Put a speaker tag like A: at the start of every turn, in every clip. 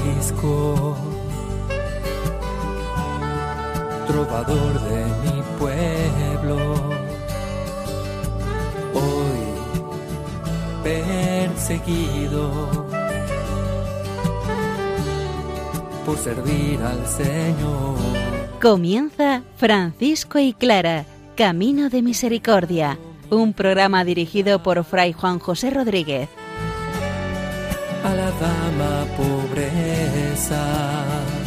A: Francisco, trovador de mi pueblo, hoy perseguido por servir al Señor.
B: Comienza Francisco y Clara, Camino de Misericordia, un programa dirigido por Fray Juan José Rodríguez.
A: A la dama pobreza,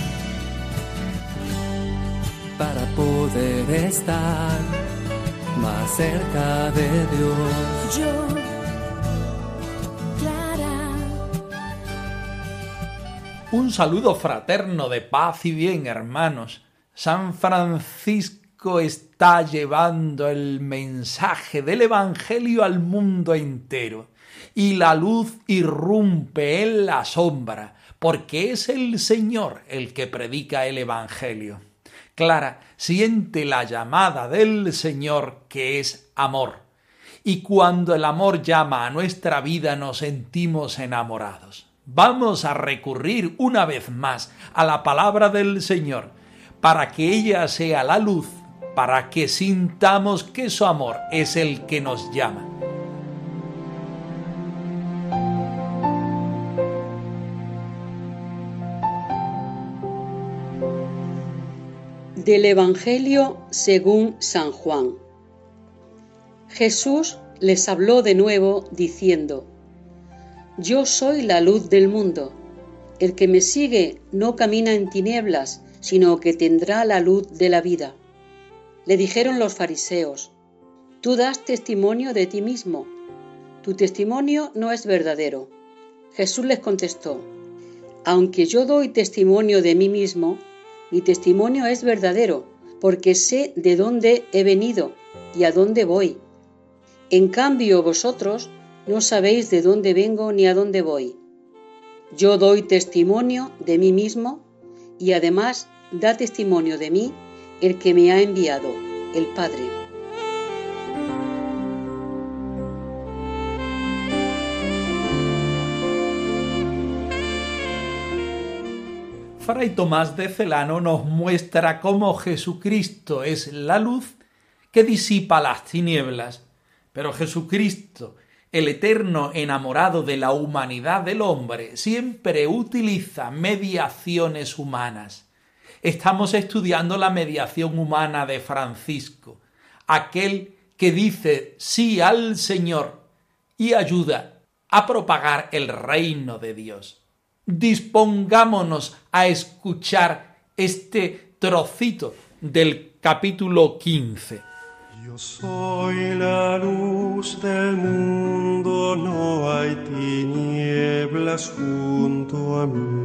A: para poder estar más cerca de Dios.
C: Yo, Clara.
D: Un saludo fraterno de paz y bien, hermanos. San Francisco está llevando el mensaje del Evangelio al mundo entero. Y la luz irrumpe en la sombra, porque es el Señor el que predica el Evangelio. Clara siente la llamada del Señor, que es amor. Y cuando el amor llama a nuestra vida, nos sentimos enamorados. Vamos a recurrir una vez más a la palabra del Señor, para que ella sea la luz, para que sintamos que su amor es el que nos llama.
E: Del Evangelio según San Juan. Jesús les habló de nuevo diciendo: Yo soy la luz del mundo. El que me sigue no camina en tinieblas, sino que tendrá la luz de la vida. Le dijeron los fariseos: Tú das testimonio de ti mismo. Tu testimonio no es verdadero. Jesús les contestó: Aunque yo doy testimonio de mí mismo, mi testimonio es verdadero, porque sé de dónde he venido y a dónde voy. En cambio, vosotros no sabéis de dónde vengo ni a dónde voy. Yo doy testimonio de mí mismo y además da testimonio de mí el que me ha enviado, el Padre.
D: Fray Tomás de Celano nos muestra cómo Jesucristo es la luz que disipa las tinieblas. Pero Jesucristo, el eterno enamorado de la humanidad del hombre, siempre utiliza mediaciones humanas. Estamos estudiando la mediación humana de Francisco, aquel que dice sí al Señor y ayuda a propagar el reino de Dios. Dispongámonos a escuchar este trocito del capítulo 15.
F: Yo soy la luz del mundo, no hay tinieblas junto a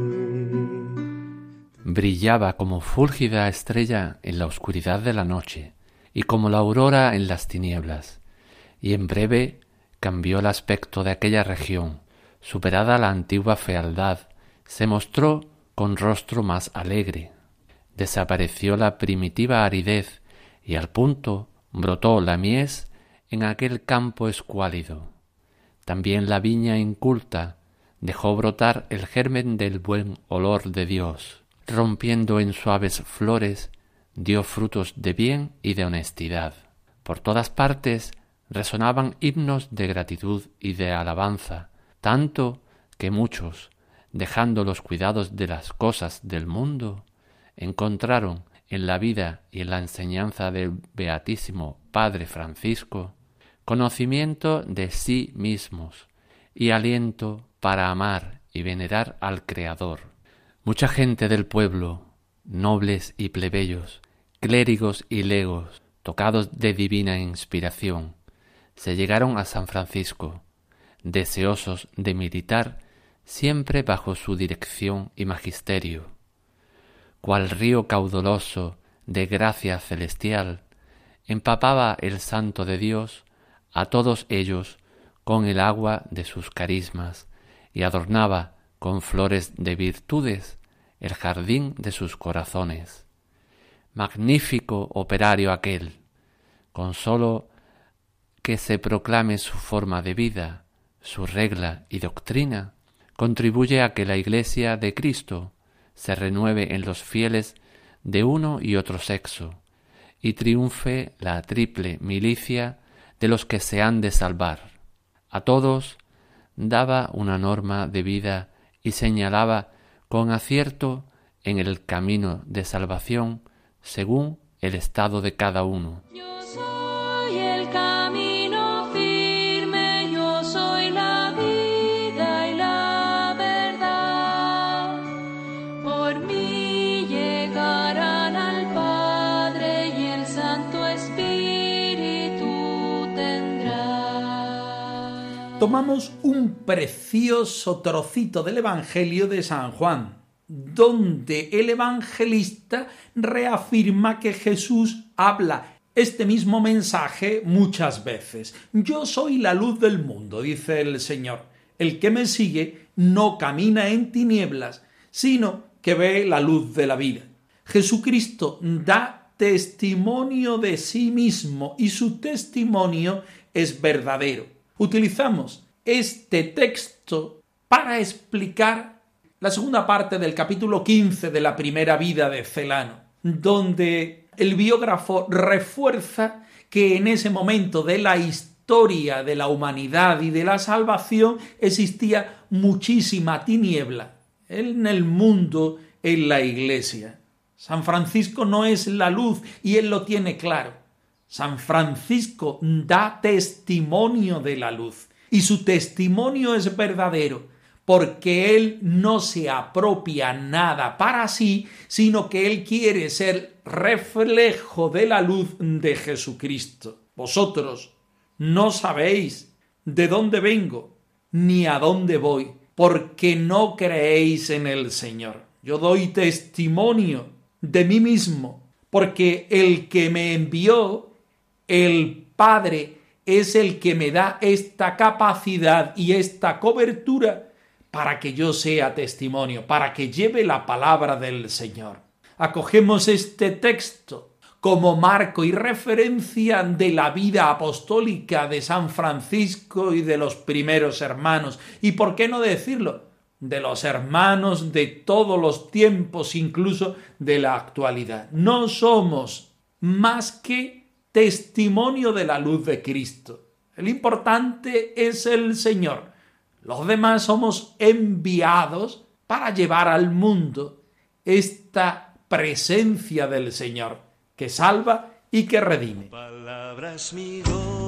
F: mí.
G: Brillaba como fúlgida estrella en la oscuridad de la noche y como la aurora en las tinieblas, y en breve cambió el aspecto de aquella región. Superada la antigua fealdad, se mostró con rostro más alegre. Desapareció la primitiva aridez y al punto brotó la mies en aquel campo escuálido. También la viña inculta dejó brotar el germen del buen olor de Dios. Rompiendo en suaves flores, dio frutos de bien y de honestidad. Por todas partes resonaban himnos de gratitud y de alabanza, tanto que muchos, dejando los cuidados de las cosas del mundo, encontraron en la vida y en la enseñanza del Beatísimo Padre Francisco conocimiento de sí mismos y aliento para amar y venerar al Creador. Mucha gente del pueblo, nobles y plebeyos, clérigos y legos, tocados de divina inspiración, se llegaron a San Francisco, deseosos de militar siempre bajo su dirección y magisterio. Cual río caudaloso de gracia celestial, empapaba el Santo de Dios a todos ellos con el agua de sus carismas y adornaba con flores de virtudes el jardín de sus corazones. Magnífico operario aquel, con sólo que se proclame su forma de vida, su regla y doctrina, contribuye a que la Iglesia de Cristo se renueve en los fieles de uno y otro sexo, y triunfe la triple milicia de los que se han de salvar. A todos daba una norma de vida y señalaba con acierto en el camino de salvación según el estado de cada uno.
C: Yo soy el camino firme, yo soy la vida y la verdad. Por mí llegarán al Padre y el Santo Espíritu tendrá.
D: Tomamos un precioso trocito del Evangelio de San Juan, donde el evangelista reafirma que Jesús habla este mismo mensaje muchas veces. Yo soy la luz del mundo, dice el Señor. El que me sigue no camina en tinieblas, sino que ve la luz de la vida. Jesucristo da testimonio de sí mismo y su testimonio es verdadero. Utilizamos este texto para explicar la segunda parte del capítulo 15 de la primera vida de Celano, donde el biógrafo refuerza que en ese momento de la historia de la humanidad y de la salvación existía muchísima tiniebla en el mundo, en la Iglesia. San Francisco no es la luz y él lo tiene claro. San Francisco da testimonio de la luz y su testimonio es verdadero, porque él no se apropia nada para sí, sino que él quiere ser reflejo de la luz de Jesucristo. Vosotros no sabéis de dónde vengo, ni a dónde voy, porque no creéis en el Señor. Yo doy testimonio de mí mismo, porque el que me envió, el Padre, es el que me da esta capacidad y esta cobertura para que yo sea testimonio, para que lleve la palabra del Señor. Acogemos este texto como marco y referencia de la vida apostólica de San Francisco y de los primeros hermanos, y por qué no decirlo, de los hermanos de todos los tiempos, incluso de la actualidad. No somos más que testimonio de la luz de Cristo. El importante es el Señor. Los demás somos enviados para llevar al mundo esta presencia del Señor, que salva y que redime.
F: Tu palabra es mi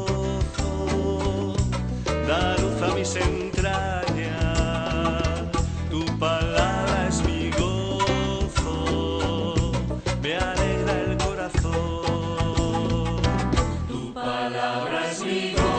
F: gozo, da luz a mis entrañas. Tu palabra es mi gozo, me alegra el corazón. Tu palabra es mi gozo.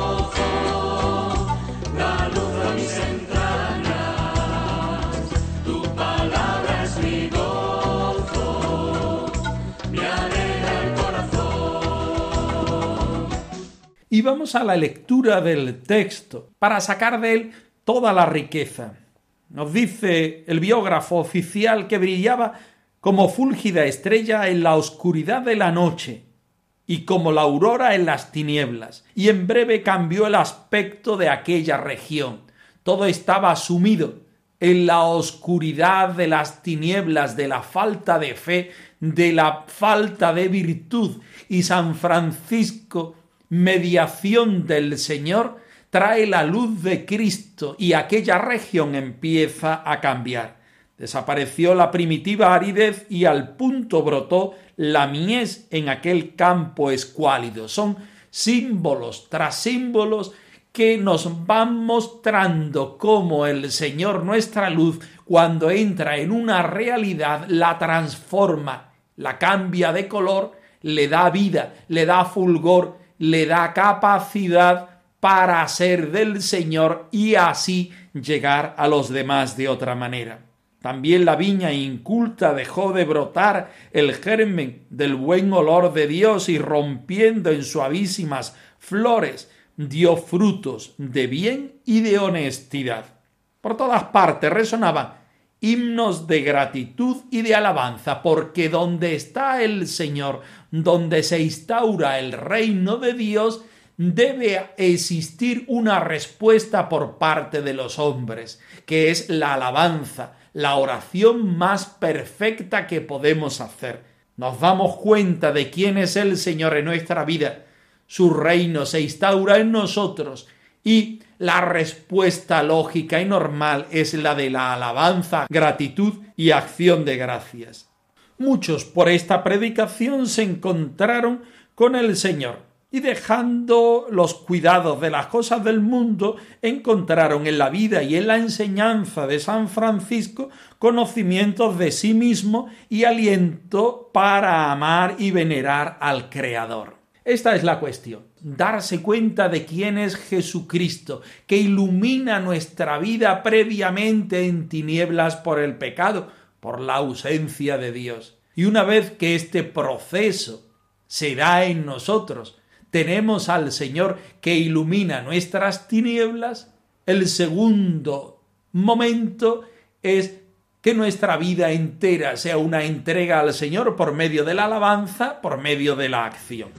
D: Y vamos a la lectura del texto para sacar de él toda la riqueza. Nos dice el biógrafo oficial que brillaba como fúlgida estrella en la oscuridad de la noche y como la aurora en las tinieblas, y en breve cambió el aspecto de aquella región. Todo estaba sumido en la oscuridad de las tinieblas, de la falta de fe, de la falta de virtud, y San Francisco, mediación del Señor, trae la luz de Cristo y aquella región empieza a cambiar. Desapareció la primitiva aridez y al punto brotó la mies en aquel campo escuálido. Son símbolos tras símbolos que nos van mostrando cómo el Señor, nuestra luz, cuando entra en una realidad, la transforma, la cambia de color, le da vida, le da fulgor, le da capacidad para ser del Señor y así llegar a los demás de otra manera. También la viña inculta dejó de brotar el germen del buen olor de Dios y rompiendo en suavísimas flores dio frutos de bien y de honestidad. Por todas partes resonaban himnos de gratitud y de alabanza, porque donde está el Señor, donde se instaura el reino de Dios, debe existir una respuesta por parte de los hombres, que es la alabanza, la oración más perfecta que podemos hacer. Nos damos cuenta de quién es el Señor en nuestra vida, su reino se instaura en nosotros y la respuesta lógica y normal es la de la alabanza, gratitud y acción de gracias. Muchos por esta predicación se encontraron con el Señor y dejando los cuidados de las cosas del mundo, encontraron en la vida y en la enseñanza de San Francisco conocimientos de sí mismo y aliento para amar y venerar al Creador. Esta es la cuestión, darse cuenta de quién es Jesucristo, que ilumina nuestra vida previamente en tinieblas por el pecado, por la ausencia de Dios. Y una vez que este proceso se da en nosotros, tenemos al Señor que ilumina nuestras tinieblas, el segundo momento es que nuestra vida entera sea una entrega al Señor por medio de la alabanza, por medio de la acción.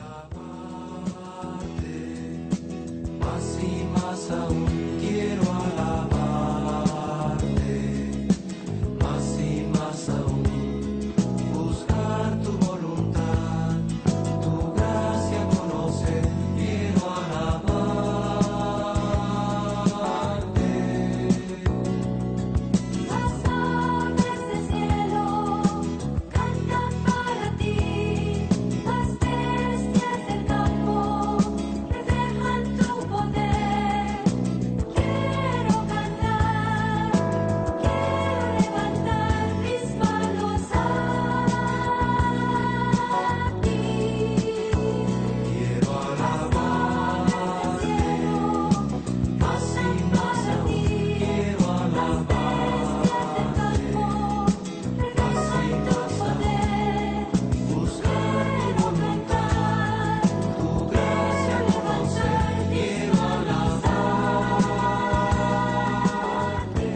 F: Más y más aún quiero alabarte, más y más aún buscar tu voluntad, tu gracia conocer, quiero alabarte.
C: Las aves del cielo cantan para ti, las bestias del campo reflejan tu poder. Quiero cantar, quiero levantar mis manos a ti.
F: Quiero alabarte, más y más aún quiero alabarte, más y más aún buscar tu voluntad, tu gracia conocer, quiero alabarte.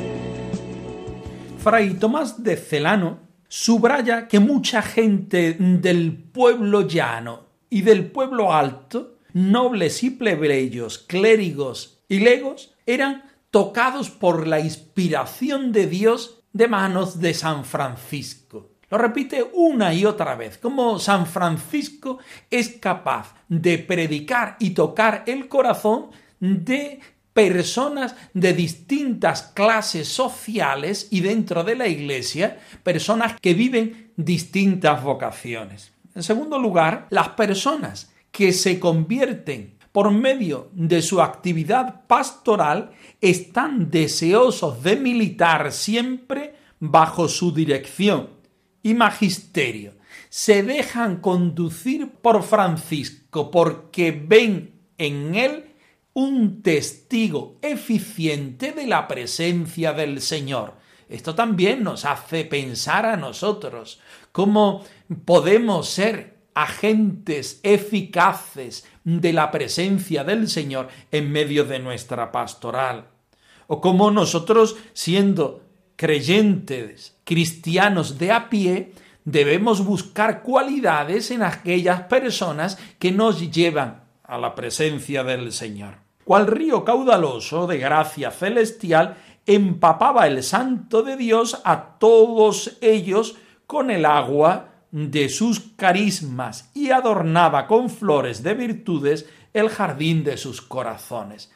D: Fray Tomás de Celano subraya que mucha gente del pueblo llano y del pueblo alto, nobles y plebeyos, clérigos y legos, eran tocados por la inspiración de Dios de manos de San Francisco. Lo repite una y otra vez, como San Francisco es capaz de predicar y tocar el corazón de personas de distintas clases sociales y dentro de la Iglesia, personas que viven distintas vocaciones. En segundo lugar, las personas que se convierten por medio de su actividad pastoral están deseosos de militar siempre bajo su dirección y magisterio. Se dejan conducir por Francisco porque ven en él un testigo eficiente de la presencia del Señor. Esto también nos hace pensar a nosotros cómo podemos ser agentes eficaces de la presencia del Señor en medio de nuestra pastoral. O cómo nosotros, siendo creyentes, cristianos de a pie, debemos buscar cualidades en aquellas personas que nos llevan a la presencia del Señor. Cual río caudaloso de gracia celestial, empapaba el Santo de Dios a todos ellos con el agua de sus carismas y adornaba con flores de virtudes el jardín de sus corazones.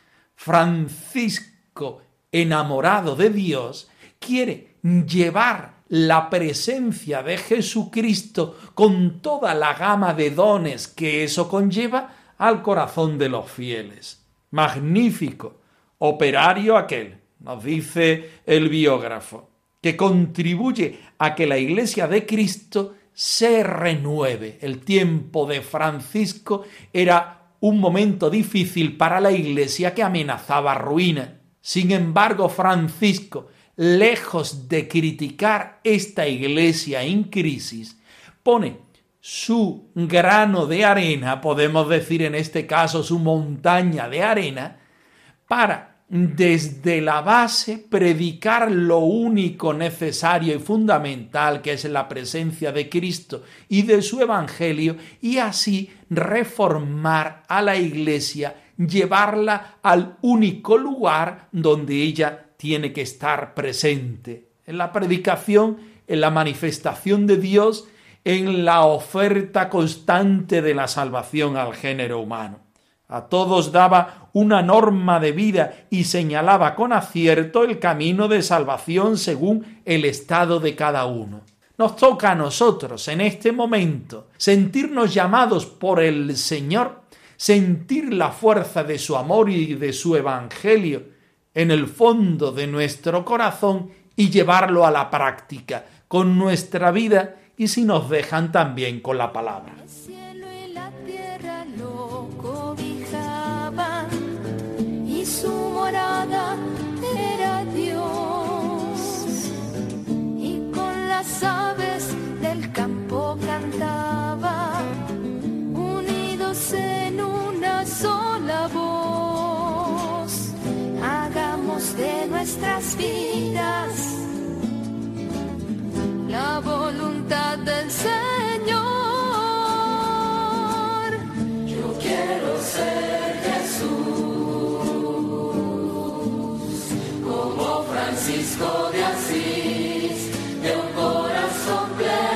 D: Francisco, enamorado de Dios, quiere llevar la presencia de Jesucristo con toda la gama de dones que eso conlleva al corazón de los fieles. Magnífico operario aquel, nos dice el biógrafo, que contribuye a que la Iglesia de Cristo se renueve. El tiempo de Francisco era un momento difícil para la Iglesia que amenazaba ruina. Sin embargo, Francisco, lejos de criticar esta Iglesia en crisis, pone su grano de arena, podemos decir en este caso su montaña de arena, para desde la base, predicar lo único necesario y fundamental, que es la presencia de Cristo y de su Evangelio, y así reformar a la Iglesia, llevarla al único lugar donde ella tiene que estar presente, en la predicación, en la manifestación de Dios, en la oferta constante de la salvación al género humano. A todos daba una norma de vida y señalaba con acierto el camino de salvación según el estado de cada uno. Nos toca a nosotros en este momento sentirnos llamados por el Señor, sentir la fuerza de su amor y de su Evangelio en el fondo de nuestro corazón y llevarlo a la práctica con nuestra vida y, si nos dejan, también con la palabra.
C: El cielo y la tierra lo cobijaban y su morada era Dios. Y con las aves del campo cantaban, unidos en una sola voz. Hagamos de nuestras vidas la voluntad del Señor. Yo quiero ser Jesús, como Francisco de Asís, de un corazón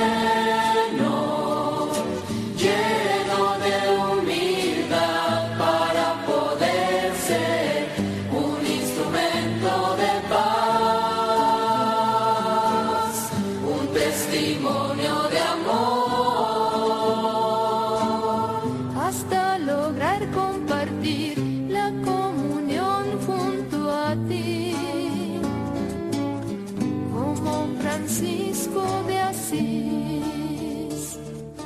C: pleno, lleno de humildad para poder ser un instrumento de paz, un testimonio de amor, hasta lograr compartir la comunión junto a ti, como Francisco de Asís.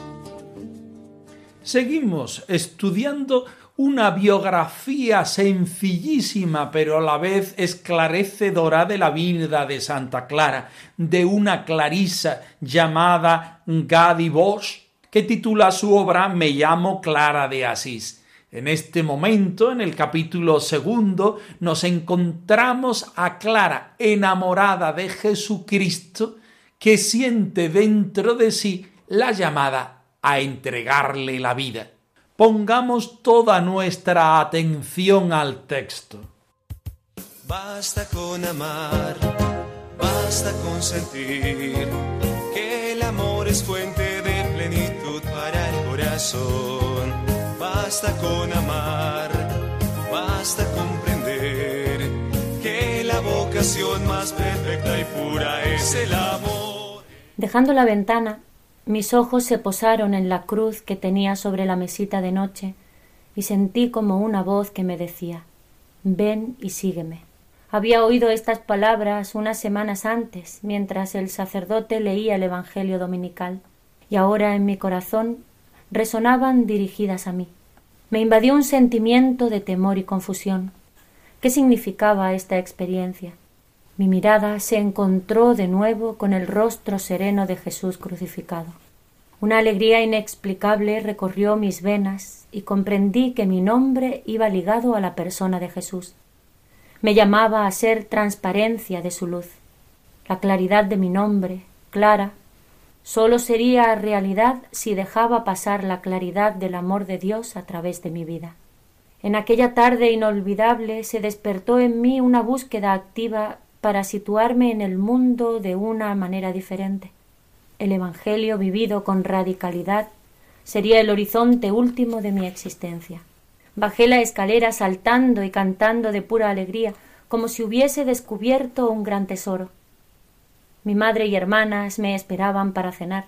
D: Seguimos estudiando una biografía sencillísima, pero a la vez esclarecedora de la vida de Santa Clara, de una clarisa llamada Gadi Bosch, que titula su obra Me llamo Clara de Asís. En este momento, en el capítulo 2, nos encontramos a Clara, enamorada de Jesucristo, que siente dentro de sí la llamada a entregarle la vida. Pongamos toda nuestra atención al texto.
F: Basta con amar, basta con sentir que el amor es fuente de plenitud para el corazón. Basta con amar, basta comprender que la vocación más perfecta y pura es el amor.
H: Dejando la ventana, mis ojos se posaron en la cruz que tenía sobre la mesita de noche y sentí como una voz que me decía: «Ven y sígueme». Había oído estas palabras unas semanas antes, mientras el sacerdote leía el Evangelio dominical, y ahora en mi corazón resonaban dirigidas a mí. Me invadió un sentimiento de temor y confusión. ¿Qué significaba esta experiencia? Mi mirada se encontró de nuevo con el rostro sereno de Jesús crucificado. Una alegría inexplicable recorrió mis venas y comprendí que mi nombre iba ligado a la persona de Jesús. Me llamaba a ser transparencia de su luz. La claridad de mi nombre, Clara, sólo sería realidad si dejaba pasar la claridad del amor de Dios a través de mi vida. En aquella tarde inolvidable se despertó en mí una búsqueda activa para situarme en el mundo de una manera diferente. El Evangelio vivido con radicalidad sería el horizonte último de mi existencia. Bajé la escalera saltando y cantando de pura alegría, como si hubiese descubierto un gran tesoro. Mi madre y hermanas me esperaban para cenar.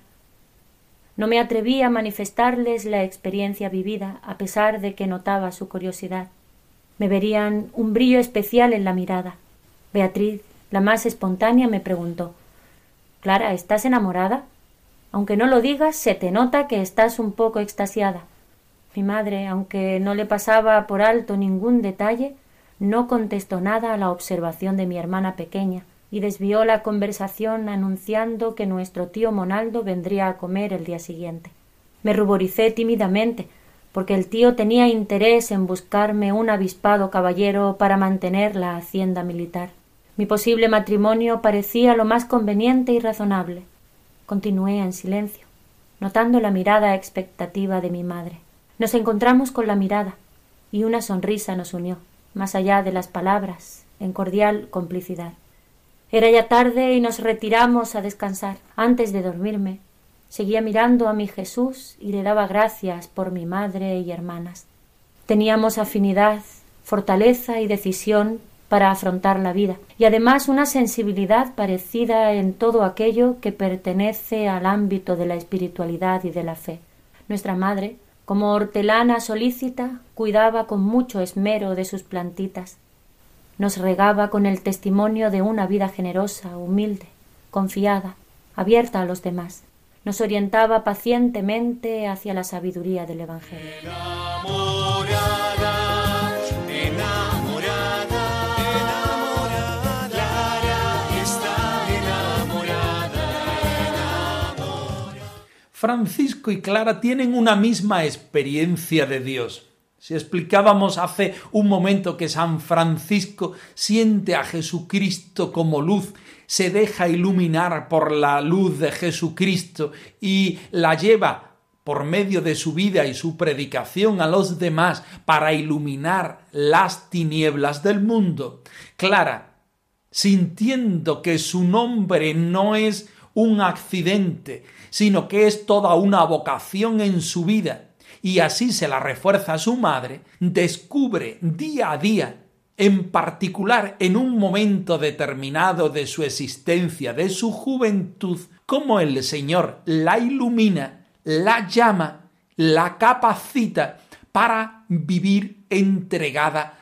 H: No me atreví a manifestarles la experiencia vivida, a pesar de que notaba su curiosidad. Me verían un brillo especial en la mirada. Beatriz, la más espontánea, me preguntó: «Clara, ¿estás enamorada? Aunque no lo digas, se te nota que estás un poco extasiada». Mi madre, aunque no le pasaba por alto ningún detalle, no contestó nada a la observación de mi hermana pequeña y desvió la conversación anunciando que nuestro tío Monaldo vendría a comer el día siguiente. Me ruboricé tímidamente, porque el tío tenía interés en buscarme un avispado caballero para mantener la hacienda militar. Mi posible matrimonio parecía lo más conveniente y razonable. Continué en silencio, notando la mirada expectativa de mi madre. Nos encontramos con la mirada, y una sonrisa nos unió, más allá de las palabras, en cordial complicidad. Era ya tarde y nos retiramos a descansar. Antes de dormirme, seguía mirando a mi Jesús y le daba gracias por mi madre y hermanas. Teníamos afinidad, fortaleza y decisión para afrontar la vida, y además una sensibilidad parecida en todo aquello que pertenece al ámbito de la espiritualidad y de la fe. Nuestra madre, como hortelana solícita, cuidaba con mucho esmero de sus plantitas. Nos regaba con el testimonio de una vida generosa, humilde, confiada, abierta a los demás. Nos orientaba pacientemente hacia la sabiduría del Evangelio.
D: Francisco y Clara tienen una misma experiencia de Dios. Si explicábamos hace un momento que San Francisco siente a Jesucristo como luz, se deja iluminar por la luz de Jesucristo y la lleva por medio de su vida y su predicación a los demás para iluminar las tinieblas del mundo. Clara, sintiendo que su nombre no es un accidente, sino que es toda una vocación en su vida, y así se la refuerza su madre, descubre día a día, en particular en un momento determinado de su existencia, de su juventud, cómo el Señor la ilumina, la llama, la capacita para vivir entregada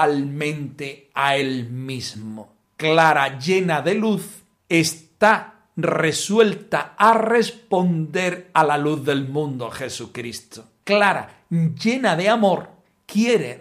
D: totalmente a Él mismo. Clara, llena de luz, está resuelta a responder a la luz del mundo, Jesucristo. Clara, llena de amor, quiere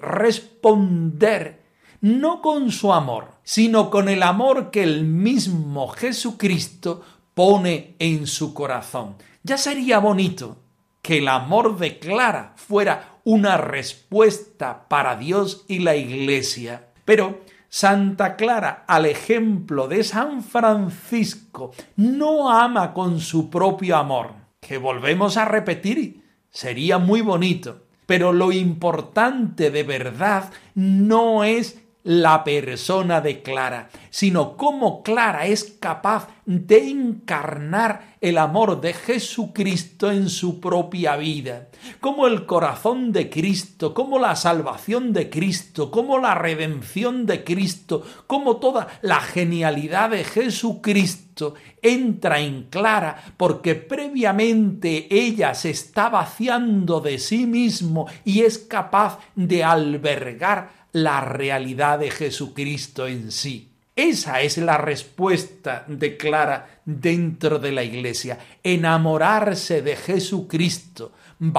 D: responder no con su amor, sino con el amor que el mismo Jesucristo pone en su corazón. Ya sería bonito que el amor de Clara fuera una respuesta para Dios y la Iglesia, pero Santa Clara, al ejemplo de San Francisco, no ama con su propio amor, que volvemos a repetir, sería muy bonito, pero lo importante de verdad no es la persona de Clara, sino cómo Clara es capaz de encarnar el amor de Jesucristo en su propia vida, cómo el corazón de Cristo, cómo la salvación de Cristo, cómo la redención de Cristo, cómo toda la genialidad de Jesucristo entra en Clara, porque previamente ella se está vaciando de sí mismo y es capaz de albergar la realidad de Jesucristo en sí. Esa es la respuesta de Clara dentro de la Iglesia, enamorarse de Jesucristo,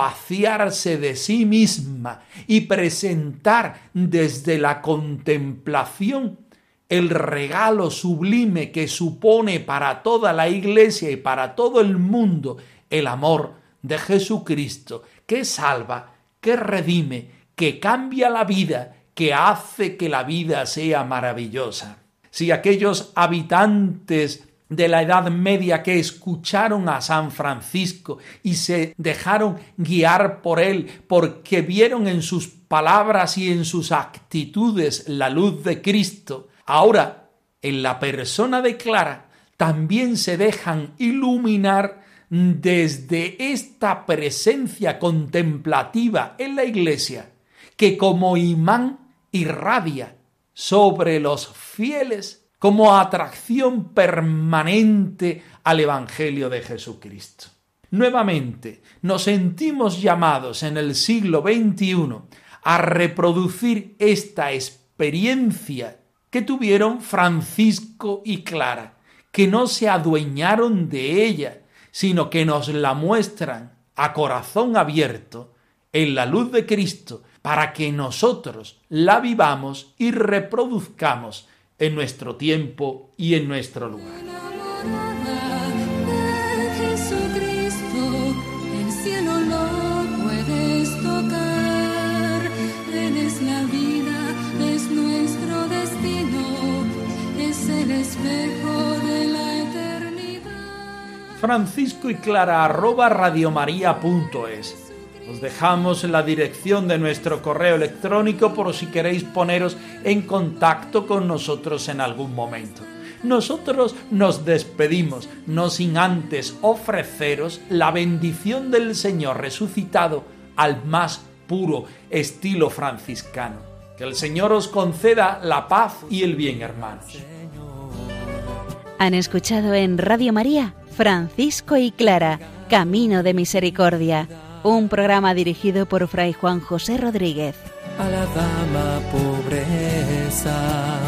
D: vaciarse de sí misma y presentar desde la contemplación el regalo sublime que supone para toda la Iglesia y para todo el mundo el amor de Jesucristo, que salva, que redime, que cambia la vida, que hace que la vida sea maravillosa. Si aquellos habitantes de la Edad Media que escucharon a San Francisco y se dejaron guiar por él porque vieron en sus palabras y en sus actitudes la luz de Cristo, ahora en la persona de Clara también se dejan iluminar desde esta presencia contemplativa en la Iglesia, que como imán irradia sobre los fieles como atracción permanente al Evangelio de Jesucristo. Nuevamente, nos sentimos llamados en el siglo XXI a reproducir esta experiencia que tuvieron Francisco y Clara, que no se adueñaron de ella, sino que nos la muestran a corazón abierto en la luz de Cristo, para que nosotros la vivamos y reproduzcamos en nuestro tiempo y en nuestro lugar.
C: Enamorada de Jesucristo, el cielo lo puedes tocar.
D: franciscoyclara@radiomaria.es. Os dejamos la dirección de nuestro correo electrónico por si queréis poneros en contacto con nosotros en algún momento. Nosotros nos despedimos, no sin antes ofreceros la bendición del Señor resucitado al más puro estilo franciscano. Que el Señor os conceda la paz y el bien, hermanos.
B: Han escuchado en Radio María Francisco y Clara, Camino de Misericordia, un programa dirigido por Fray Juan José Rodríguez.
A: A la dama pobreza,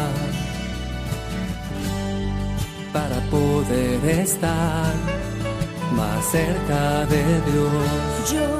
A: para poder estar más cerca de Dios.